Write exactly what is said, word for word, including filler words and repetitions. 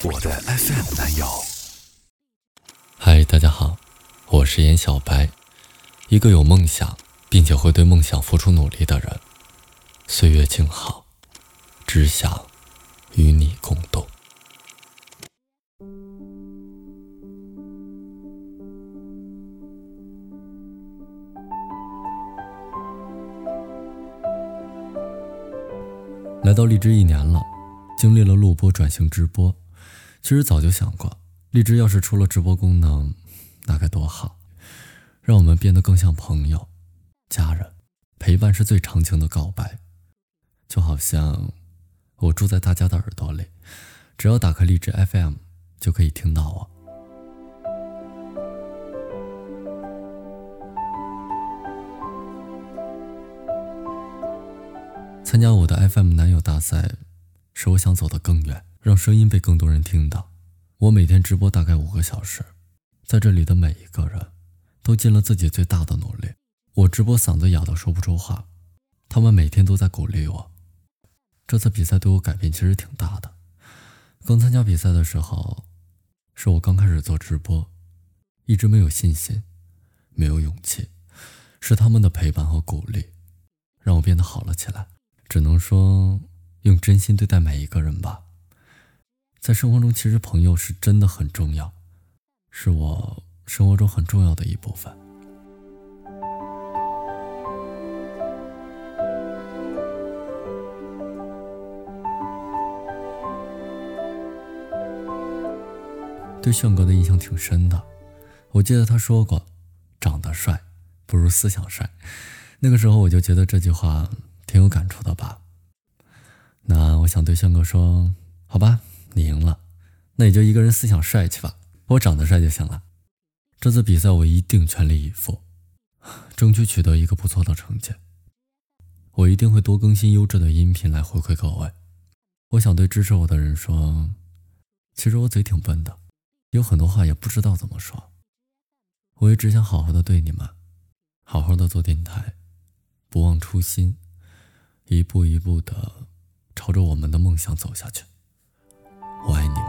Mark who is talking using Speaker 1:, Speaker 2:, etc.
Speaker 1: 我的 F M 男友。
Speaker 2: 嗨，大家好，我是严小白，一个有梦想并且会对梦想付出努力的人。岁月静好，只想与你共度。来到荔枝一年了，经历了录播转型直播。其实早就想过，荔枝要是出了直播功能，那该多好，让我们变得更像朋友、家人。陪伴是最长情的告白，就好像我住在大家的耳朵里，只要打开荔枝 F M 就可以听到我。参加我的 F M 男友大赛，是我想走得更远，让声音被更多人听到。我每天直播大概五个小时，在这里的每一个人都尽了自己最大的努力。我直播嗓子哑到说不出话，他们每天都在鼓励我。这次比赛对我改变其实挺大的。刚参加比赛的时候，是我刚开始做直播，一直没有信心，没有勇气，是他们的陪伴和鼓励，让我变得好了起来。只能说，用真心对待每一个人吧。在生活中，其实朋友是真的很重要，是我生活中很重要的一部分。对炫哥的印象挺深的，我记得他说过，长得帅不如思想帅。那个时候我就觉得这句话挺有感触的吧。那我想对炫哥说，好吧，你赢了，那你就一个人思想帅去吧，我长得帅就行了。这次比赛我一定全力以赴，争取取得一个不错的成绩。我一定会多更新优质的音频来回馈各位。我想对支持我的人说，其实我嘴挺笨的，有很多话也不知道怎么说。我也只想好好的对你们，好好的做电台，不忘初心，一步一步的朝着我们的梦想走下去。我爱你们。